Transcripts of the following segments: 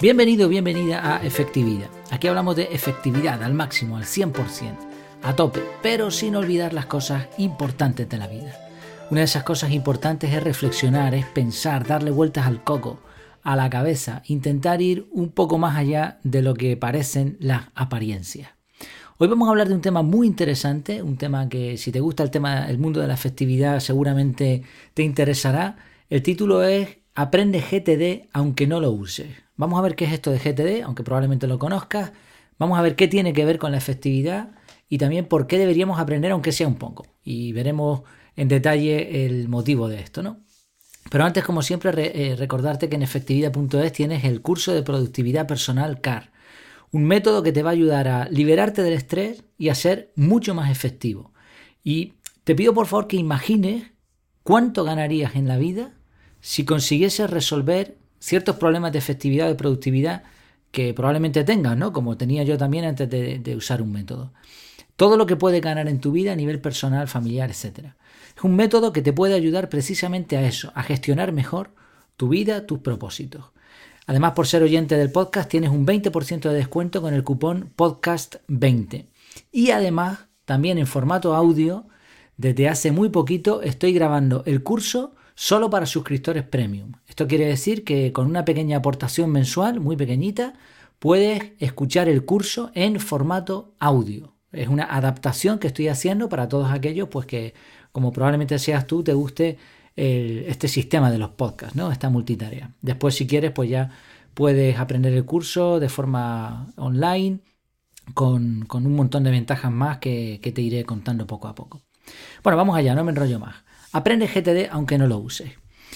Bienvenido, bienvenida a Efectividad. Aquí hablamos de efectividad al máximo, al 100%, a tope, pero sin olvidar las cosas importantes de la vida. Una de esas cosas importantes es reflexionar, es pensar, darle vueltas al coco, a la cabeza, intentar ir un poco más allá de lo que parecen las apariencias. Hoy vamos a hablar de un tema muy interesante, un tema que si te gusta el mundo de la efectividad seguramente te interesará. El título es Aprende GTD aunque no lo uses. Vamos a ver qué es esto de GTD, aunque probablemente lo conozcas. Vamos a ver qué tiene que ver con la efectividad y también por qué deberíamos aprender aunque sea un poco. Y veremos en detalle el motivo de esto, ¿no? Pero antes, como siempre, recordarte que en efectividad.es tienes el curso de productividad personal CAR. Un método que te va a ayudar a liberarte del estrés y a ser mucho más efectivo. Y te pido por favor que imagines cuánto ganarías en la vida si consiguieses resolver ciertos problemas de efectividad o de productividad que probablemente tengas, ¿no? Como tenía yo también antes de usar un método. Todo lo que puedes ganar en tu vida a nivel personal, familiar, etc. Es un método que te puede ayudar precisamente a eso, a gestionar mejor tu vida, tus propósitos. Además, por ser oyente del podcast, tienes un 20% de descuento con el cupón podcast20. Y además, también en formato audio, desde hace muy poquito estoy grabando el curso solo para suscriptores premium. Esto quiere decir que con una pequeña aportación mensual, muy pequeñita, puedes escuchar el curso en formato audio. Es una adaptación que estoy haciendo para todos aquellos pues que, como probablemente seas tú, te guste este sistema de los podcasts, ¿no? Esta multitarea. Después, si quieres, pues ya puedes aprender el curso de forma online con un montón de ventajas más que te iré contando poco a poco. Bueno, vamos allá, no me enrollo más. Aprende GTD aunque no lo uses.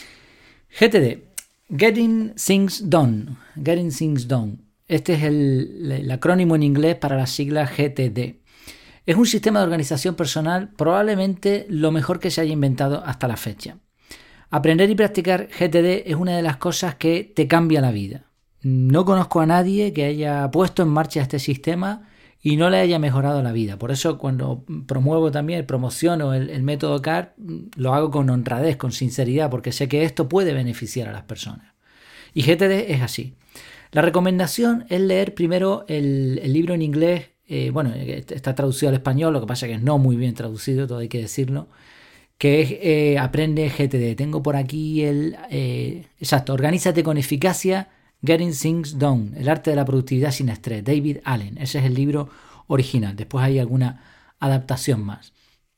GTD, Getting Things Done. Getting Things Done. Este es el acrónimo en inglés para las siglas GTD. Es un sistema de organización personal probablemente lo mejor que se haya inventado hasta la fecha. Aprender y practicar GTD es una de las cosas que te cambia la vida. No conozco a nadie que haya puesto en marcha este sistema y no le haya mejorado la vida. Por eso cuando promociono el método CAR, lo hago con honradez, con sinceridad, porque sé que esto puede beneficiar a las personas. Y GTD es así. La recomendación es leer primero el libro en inglés. Está traducido al español, lo que pasa es que no muy bien traducido, todo hay que decirlo, que es Aprende GTD. Tengo por aquí Organízate con eficacia, Getting Things Done, el arte de la productividad sin estrés, David Allen. Ese es el libro original. Después hay alguna adaptación más.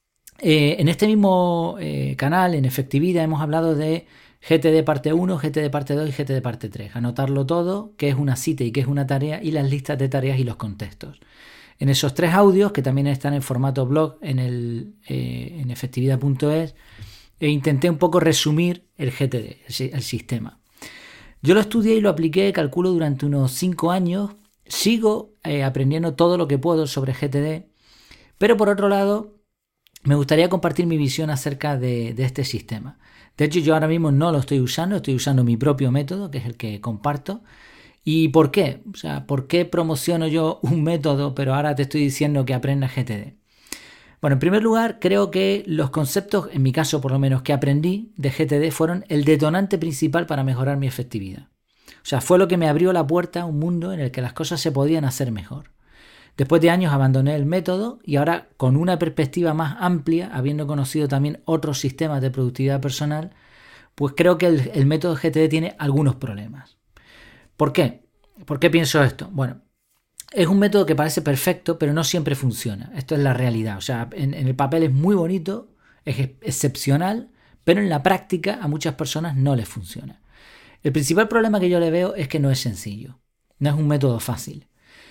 En este mismo canal, en Efectividad, hemos hablado de GTD parte 1, GTD parte 2 y GTD parte 3. Anotarlo todo, qué es una cita y qué es una tarea, y las listas de tareas y los contextos. En esos 3 audios, que también están en formato blog en efectividad.es, intenté un poco resumir el GTD, el sistema. Yo lo estudié y lo apliqué, calculo, durante unos 5 años. Sigo aprendiendo todo lo que puedo sobre GTD, pero por otro lado, me gustaría compartir mi visión acerca de este sistema. De hecho, yo ahora mismo no lo estoy usando mi propio método, que es el que comparto. ¿Y por qué? O sea, ¿por qué promociono yo un método, pero ahora te estoy diciendo que aprendas GTD? Bueno, en primer lugar, creo que los conceptos, en mi caso por lo menos, que aprendí de GTD fueron el detonante principal para mejorar mi efectividad. O sea, fue lo que me abrió la puerta a un mundo en el que las cosas se podían hacer mejor. Después de años abandoné el método y ahora, con una perspectiva más amplia, habiendo conocido también otros sistemas de productividad personal, pues creo que el método GTD tiene algunos problemas. ¿Por qué? ¿Por qué pienso esto? Bueno, es un método que parece perfecto, pero no siempre funciona. Esto es la realidad. O sea, en el papel es muy bonito, es excepcional, pero en la práctica a muchas personas no les funciona. El principal problema que yo le veo es que no es sencillo. No es un método fácil.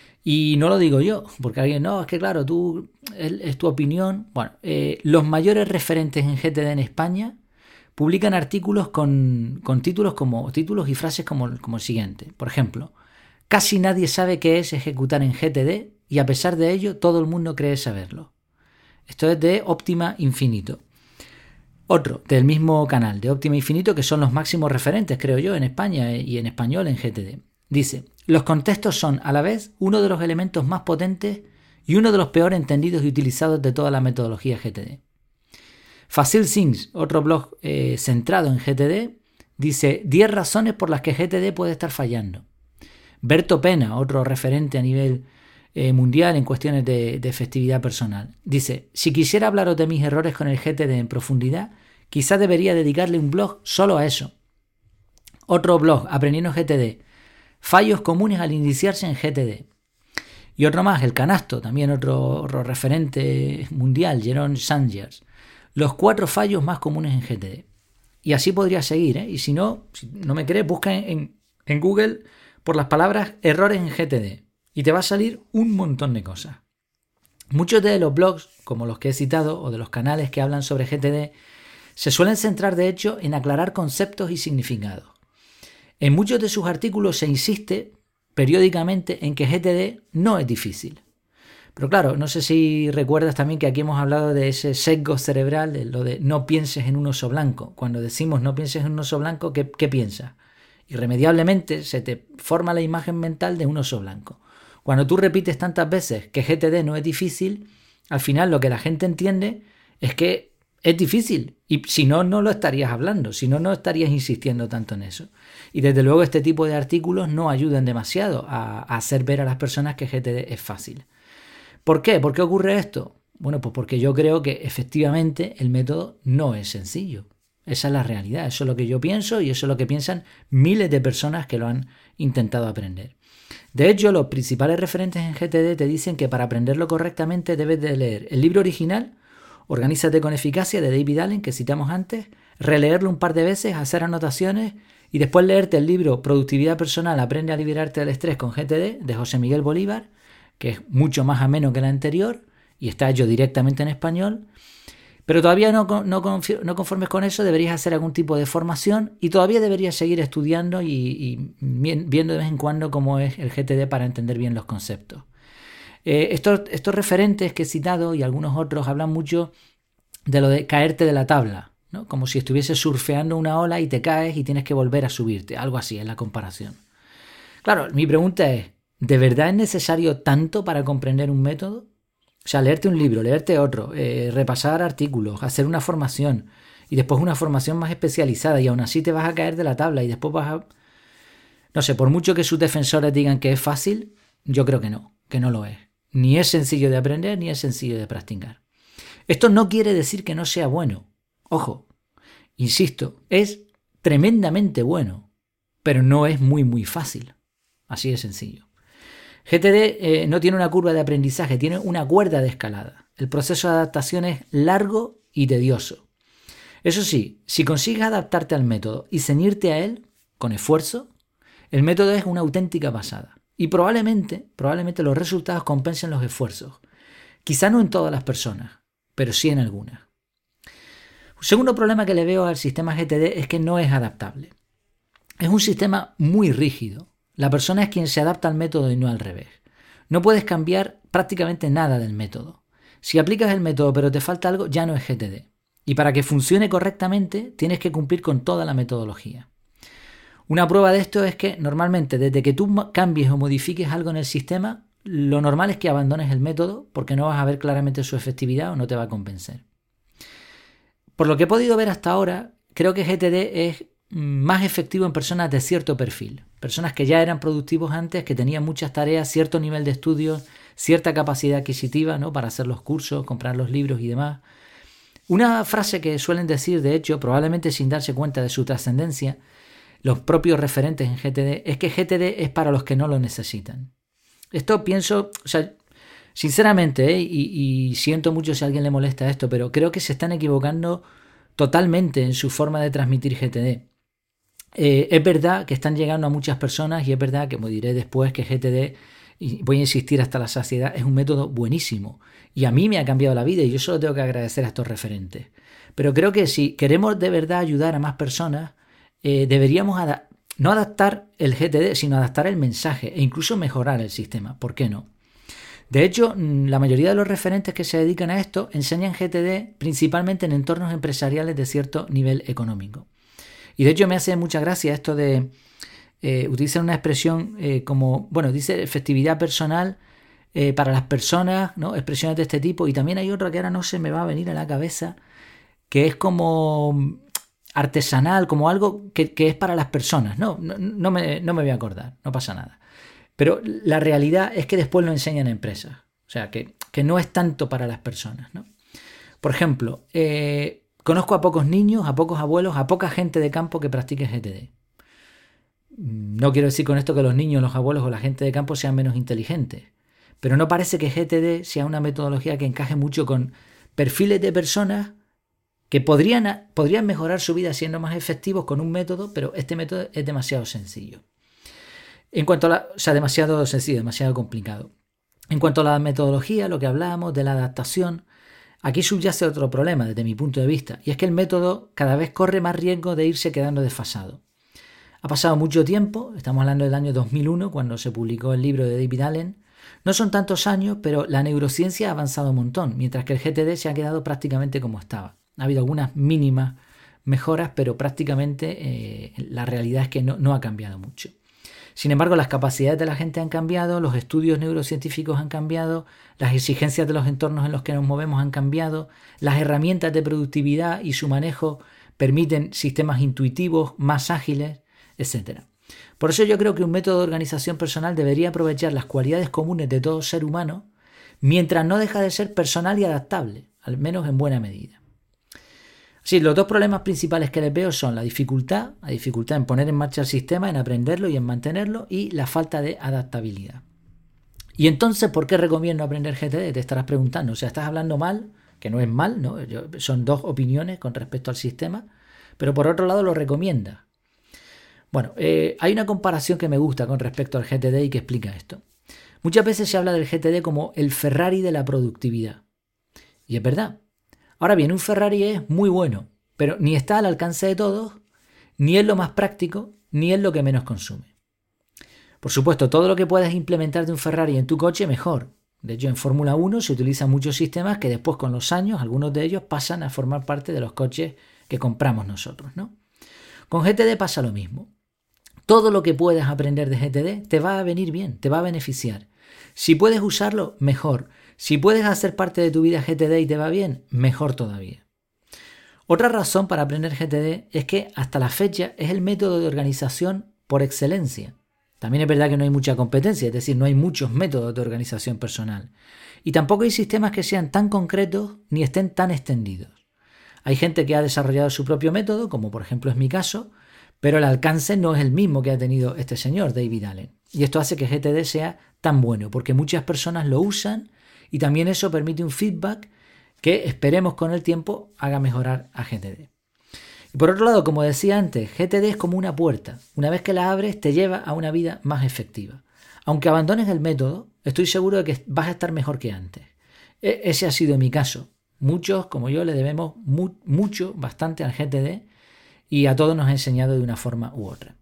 Y no lo digo yo, porque alguien, no, es que claro, es tu opinión. Bueno, los mayores referentes en GTD en España publican artículos con títulos y frases como el siguiente. Por ejemplo, casi nadie sabe qué es ejecutar en GTD y a pesar de ello todo el mundo cree saberlo. Esto es de Óptima Infinito. Otro, del mismo canal, de Óptima Infinito, que son los máximos referentes, creo yo, en España y en español en GTD. Dice, los contextos son a la vez uno de los elementos más potentes y uno de los peor entendidos y utilizados de toda la metodología GTD. Facile Things, otro blog centrado en GTD, dice 10 razones por las que GTD puede estar fallando. Berto Pena, otro referente a nivel mundial en cuestiones de efectividad personal. Dice, si quisiera hablaros de mis errores con el GTD en profundidad, quizás debería dedicarle un blog solo a eso. Otro blog, Aprendiendo GTD, fallos comunes al iniciarse en GTD. Y otro más, El Canasto, también otro referente mundial, Jerome Sangers. Los 4 fallos más comunes en GTD. Y así podría seguir, ¿eh? Y si no me crees, busca en Google por las palabras errores en GTD. Y te va a salir un montón de cosas. Muchos de los blogs, como los que he citado, o de los canales que hablan sobre GTD, se suelen centrar de hecho en aclarar conceptos y significados. En muchos de sus artículos se insiste periódicamente en que GTD no es difícil. Pero claro, no sé si recuerdas también que aquí hemos hablado de ese sesgo cerebral, de lo de no pienses en un oso blanco. Cuando decimos no pienses en un oso blanco, ¿qué piensas? Irremediablemente se te forma la imagen mental de un oso blanco. Cuando tú repites tantas veces que GTD no es difícil, al final lo que la gente entiende es que es difícil. Y si no, no lo estarías hablando. Si no, no estarías insistiendo tanto en eso. Y desde luego este tipo de artículos no ayudan demasiado a hacer ver a las personas que GTD es fácil. ¿Por qué? ¿Por qué ocurre esto? Bueno, pues porque yo creo que efectivamente el método no es sencillo. Esa es la realidad. Eso es lo que yo pienso y eso es lo que piensan miles de personas que lo han intentado aprender. De hecho, los principales referentes en GTD te dicen que para aprenderlo correctamente debes de leer el libro original, Organízate con eficacia, de David Allen, que citamos antes, releerlo un par de veces, hacer anotaciones y después leerte el libro Productividad Personal, Aprende a liberarte del estrés con GTD, de José Miguel Bolívar, que es mucho más ameno que el anterior y está hecho directamente en español. Pero todavía no conformes con eso, deberías hacer algún tipo de formación y todavía deberías seguir estudiando y viendo de vez en cuando cómo es el GTD para entender bien los conceptos. Estos referentes que he citado y algunos otros hablan mucho de lo de caerte de la tabla, ¿no? Como si estuvieses surfeando una ola y te caes y tienes que volver a subirte, algo así es la comparación. Claro, mi pregunta es, ¿de verdad es necesario tanto para comprender un método? O sea, leerte un libro, leerte otro, repasar artículos, hacer una formación y después una formación más especializada y aún así te vas a caer de la tabla y después vas a... No sé, por mucho que sus defensores digan que es fácil, yo creo que no lo es. Ni es sencillo de aprender ni es sencillo de practicar. Esto no quiere decir que no sea bueno. Ojo, insisto, es tremendamente bueno, pero no es muy fácil. Así de sencillo. GTD no tiene una curva de aprendizaje, tiene una cuerda de escalada. El proceso de adaptación es largo y tedioso. Eso sí, si consigues adaptarte al método y ceñirte a él con esfuerzo, el método es una auténtica pasada. Y probablemente los resultados compensen los esfuerzos. Quizá no en todas las personas, pero sí en algunas. Un segundo problema que le veo al sistema GTD es que no es adaptable. Es un sistema muy rígido. La persona es quien se adapta al método y no al revés. No puedes cambiar prácticamente nada del método. Si aplicas el método pero te falta algo, ya no es GTD. Y para que funcione correctamente, tienes que cumplir con toda la metodología. Una prueba de esto es que normalmente desde que tú cambies o modifiques algo en el sistema, lo normal es que abandones el método porque no vas a ver claramente su efectividad o no te va a convencer. Por lo que he podido ver hasta ahora, creo que GTD es más efectivo en personas de cierto perfil. Personas que ya eran productivos antes, que tenían muchas tareas, cierto nivel de estudio, cierta capacidad adquisitiva, ¿no? Para hacer los cursos, comprar los libros y demás. Una frase que suelen decir, de hecho, probablemente sin darse cuenta de su trascendencia, los propios referentes en GTD, es que GTD es para los que no lo necesitan. Esto pienso, o sea, sinceramente, y siento mucho si a alguien le molesta esto, pero creo que se están equivocando totalmente en su forma de transmitir GTD. Es verdad que están llegando a muchas personas y es verdad que, como diré después, que GTD, y voy a insistir hasta la saciedad, es un método buenísimo. Y a mí me ha cambiado la vida y yo solo tengo que agradecer a estos referentes. Pero creo que si queremos de verdad ayudar a más personas, deberíamos no adaptar el GTD, sino adaptar el mensaje e incluso mejorar el sistema. ¿Por qué no? De hecho, la mayoría de los referentes que se dedican a esto enseñan GTD principalmente en entornos empresariales de cierto nivel económico. Y de hecho me hace mucha gracia esto de utilizar una expresión como, bueno, dice efectividad personal para las personas, ¿no? Expresiones de este tipo. Y también hay otra que ahora no se me va a venir a la cabeza, que es como artesanal, como algo que es para las personas. No me voy a acordar, no pasa nada. Pero la realidad es que después lo enseñan en empresas. O sea, que no es tanto para las personas, ¿no? Por ejemplo, conozco a pocos niños, a pocos abuelos, a poca gente de campo que practique GTD. No quiero decir con esto que los niños, los abuelos o la gente de campo sean menos inteligentes, pero no parece que GTD sea una metodología que encaje mucho con perfiles de personas que podrían mejorar su vida siendo más efectivos con un método, pero este método es demasiado sencillo. Demasiado sencillo, demasiado complicado. En cuanto a la metodología, lo que hablábamos de la adaptación, aquí subyace otro problema desde mi punto de vista, y es que el método cada vez corre más riesgo de irse quedando desfasado. Ha pasado mucho tiempo, estamos hablando del año 2001, cuando se publicó el libro de David Allen. No son tantos años, pero la neurociencia ha avanzado un montón, mientras que el GTD se ha quedado prácticamente como estaba. Ha habido algunas mínimas mejoras, pero prácticamente la realidad es que no ha cambiado mucho. Sin embargo, las capacidades de la gente han cambiado, los estudios neurocientíficos han cambiado, las exigencias de los entornos en los que nos movemos han cambiado, las herramientas de productividad y su manejo permiten sistemas intuitivos, más ágiles, etc. Por eso yo creo que un método de organización personal debería aprovechar las cualidades comunes de todo ser humano, mientras no deja de ser personal y adaptable, al menos en buena medida. Sí, los dos problemas principales que les veo son la dificultad en poner en marcha el sistema, en aprenderlo y en mantenerlo, y la falta de adaptabilidad. Y entonces, ¿por qué recomiendo aprender GTD? Te estarás preguntando. O sea, estás hablando mal, que no es mal, ¿no? Son dos opiniones con respecto al sistema, pero por otro lado lo recomiendas. Bueno, hay una comparación que me gusta con respecto al GTD y que explica esto. Muchas veces se habla del GTD como el Ferrari de la productividad. Y es verdad. Ahora bien, un Ferrari es muy bueno, pero ni está al alcance de todos, ni es lo más práctico, ni es lo que menos consume. Por supuesto, todo lo que puedas implementar de un Ferrari en tu coche, mejor. De hecho, en Fórmula 1 se utilizan muchos sistemas que después, con los años, algunos de ellos pasan a formar parte de los coches que compramos nosotros, ¿no? Con GTD pasa lo mismo. Todo lo que puedas aprender de GTD te va a venir bien, te va a beneficiar. Si puedes usarlo, mejor. Si puedes hacer parte de tu vida GTD y te va bien, mejor todavía. Otra razón para aprender GTD es que hasta la fecha es el método de organización por excelencia. También es verdad que no hay mucha competencia, es decir, no hay muchos métodos de organización personal. Y tampoco hay sistemas que sean tan concretos ni estén tan extendidos. Hay gente que ha desarrollado su propio método, como por ejemplo es mi caso, pero el alcance no es el mismo que ha tenido este señor, David Allen. Y esto hace que GTD sea tan bueno, porque muchas personas lo usan y también eso permite un feedback que esperemos con el tiempo haga mejorar a GTD. Y por otro lado, como decía antes, GTD es como una puerta. Una vez que la abres, te lleva a una vida más efectiva. Aunque abandones el método, estoy seguro de que vas a estar mejor que antes. Ese ha sido mi caso. Muchos, como yo, le debemos bastante al GTD y a todos nos ha enseñado de una forma u otra.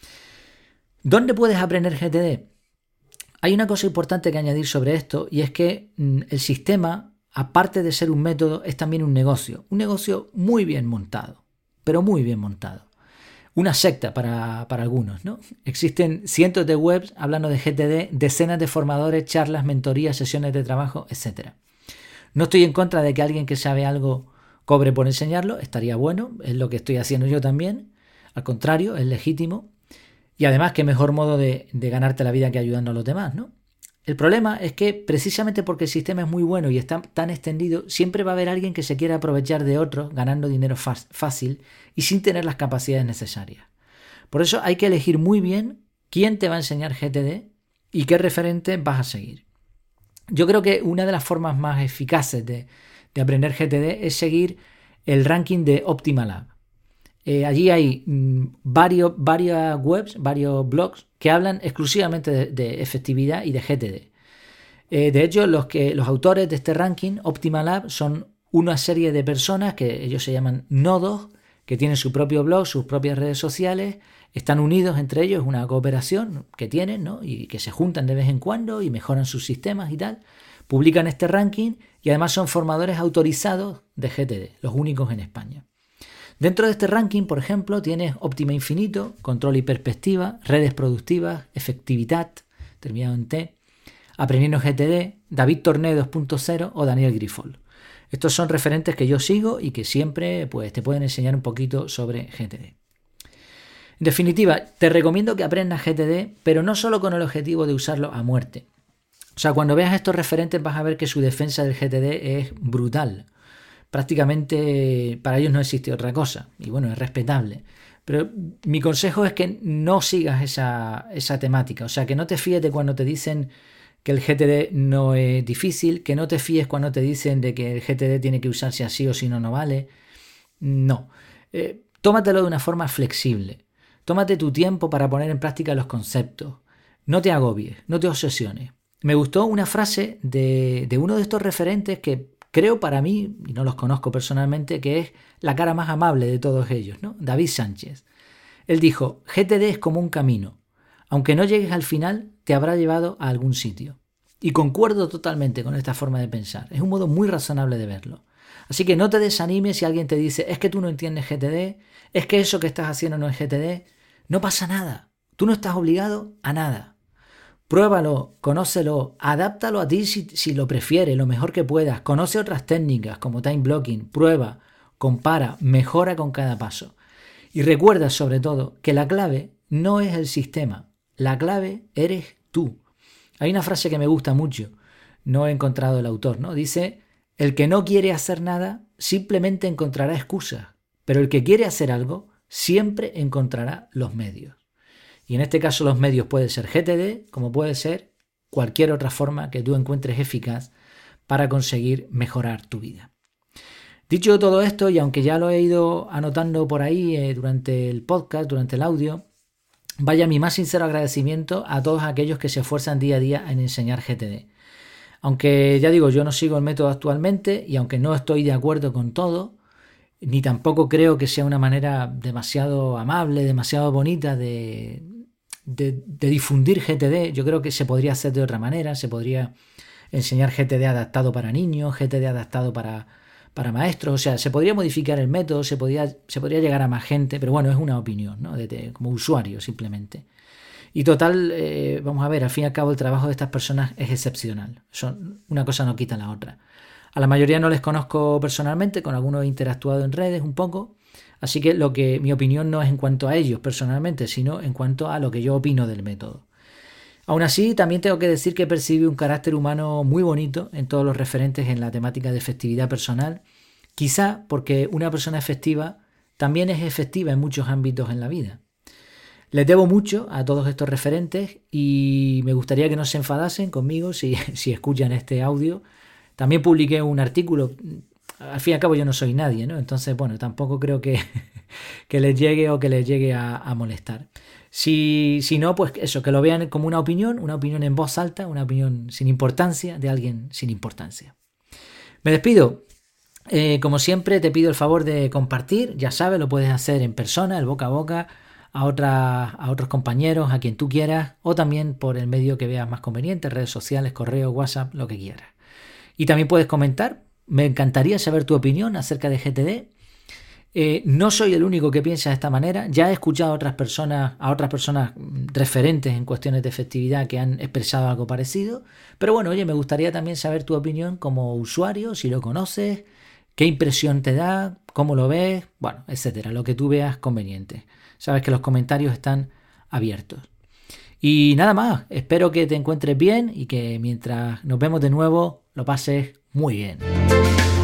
¿Dónde puedes aprender GTD? Hay una cosa importante que añadir sobre esto, y es que el sistema, aparte de ser un método, es también un negocio muy bien montado, pero muy bien montado. Una secta para algunos, ¿no? Existen cientos de webs hablando de GTD, decenas de formadores, charlas, mentorías, sesiones de trabajo, etc. No estoy en contra de que alguien que sabe algo cobre por enseñarlo, estaría bueno, es lo que estoy haciendo yo también, al contrario, es legítimo. Y además, qué mejor modo de ganarte la vida que ayudando a los demás, ¿no? El problema es que precisamente porque el sistema es muy bueno y está tan extendido, siempre va a haber alguien que se quiera aprovechar de otros ganando dinero fácil y sin tener las capacidades necesarias. Por eso hay que elegir muy bien quién te va a enseñar GTD y qué referente vas a seguir. Yo creo que una de las formas más eficaces de aprender GTD es seguir el ranking de Optimalab. Allí hay varias webs, varios blogs que hablan exclusivamente de efectividad y de GTD. De hecho, los autores de este ranking, Optimalab, son una serie de personas que ellos se llaman nodos, que tienen su propio blog, sus propias redes sociales, están unidos entre ellos, es una cooperación que tienen, ¿no? Y que se juntan de vez en cuando y mejoran sus sistemas y tal. Publican este ranking y además son formadores autorizados de GTD, los únicos en España. Dentro de este ranking, por ejemplo, tienes Óptima Infinito, Control y Perspectiva, Redes Productivas, Efectividad, terminado en T, Aprendiendo GTD, David Torné 2.0 o Daniel Grifol. Estos son referentes que yo sigo y que siempre pues, te pueden enseñar un poquito sobre GTD. En definitiva, te recomiendo que aprendas GTD, pero no solo con el objetivo de usarlo a muerte. O sea, cuando veas estos referentes vas a ver que su defensa del GTD es brutal. Prácticamente para ellos no existe otra cosa. Y bueno, es respetable. Pero mi consejo es que no sigas esa temática. O sea, que no te fíes de cuando te dicen que el GTD no es difícil, que no te fíes cuando te dicen de que el GTD tiene que usarse así o si no, no vale. No. Tómatelo de una forma flexible. Tómate tu tiempo para poner en práctica los conceptos. No te agobies, no te obsesiones. Me gustó una frase de uno de estos referentes que creo para mí, y no los conozco personalmente, que es la cara más amable de todos ellos, ¿no? David Sánchez. Él dijo, GTD es como un camino. Aunque no llegues al final, te habrá llevado a algún sitio. Y concuerdo totalmente con esta forma de pensar. Es un modo muy razonable de verlo. Así que no te desanimes si alguien te dice, es que tú no entiendes GTD, es que eso que estás haciendo no es GTD. No pasa nada. Tú no estás obligado a nada. Pruébalo, conócelo, adáptalo a ti si lo prefieres, lo mejor que puedas. Conoce otras técnicas como time blocking, prueba, compara, mejora con cada paso. Y recuerda sobre todo que la clave no es el sistema, la clave eres tú. Hay una frase que me gusta mucho, no he encontrado el autor, ¿no? Dice, el que no quiere hacer nada simplemente encontrará excusas, pero el que quiere hacer algo siempre encontrará los medios. Y en este caso los medios pueden ser GTD, como puede ser cualquier otra forma que tú encuentres eficaz para conseguir mejorar tu vida. Dicho todo esto, y aunque ya lo he ido anotando por ahí durante el podcast, durante el audio, vaya mi más sincero agradecimiento a todos aquellos que se esfuerzan día a día en enseñar GTD. Aunque ya digo, yo no sigo el método actualmente y aunque no estoy de acuerdo con todo, ni tampoco creo que sea una manera demasiado amable, demasiado bonita de difundir GTD. Yo creo que se podría hacer de otra manera, se podría enseñar GTD adaptado para niños, GTD adaptado para maestros, o sea, se podría modificar el método, se podría llegar a más gente, pero bueno, es una opinión, ¿no? Como usuario simplemente. Y total, vamos a ver, al fin y al cabo el trabajo de estas personas es excepcional. Una cosa no quita la otra. A la mayoría no les conozco personalmente, con algunos he interactuado en redes un poco, así que mi opinión no es en cuanto a ellos personalmente, sino en cuanto a lo que yo opino del método. Aún así, también tengo que decir que percibe un carácter humano muy bonito en todos los referentes en la temática de efectividad personal, quizá porque una persona efectiva también es efectiva en muchos ámbitos en la vida. Les debo mucho a todos estos referentes y me gustaría que no se enfadasen conmigo si escuchan este audio. También publiqué un artículo, al fin y al cabo yo no soy nadie, ¿no? Entonces, bueno, tampoco creo que les llegue o que les llegue a molestar. Si no, pues eso, que lo vean como una opinión en voz alta, una opinión sin importancia de alguien sin importancia. Me despido. Como siempre, te pido el favor de compartir, ya sabes, lo puedes hacer en persona, el boca a boca, a otros compañeros, a quien tú quieras, o también por el medio que veas más conveniente, redes sociales, correo, WhatsApp, lo que quieras. Y también puedes comentar, me encantaría saber tu opinión acerca de GTD. No soy el único que piensa de esta manera, ya he escuchado a otras personas referentes en cuestiones de efectividad que han expresado algo parecido, pero bueno, oye, me gustaría también saber tu opinión como usuario, si lo conoces, qué impresión te da, cómo lo ves, bueno, etcétera, lo que tú veas conveniente. Sabes que los comentarios están abiertos. Y nada más, espero que te encuentres bien y que mientras nos vemos de nuevo lo pases muy bien.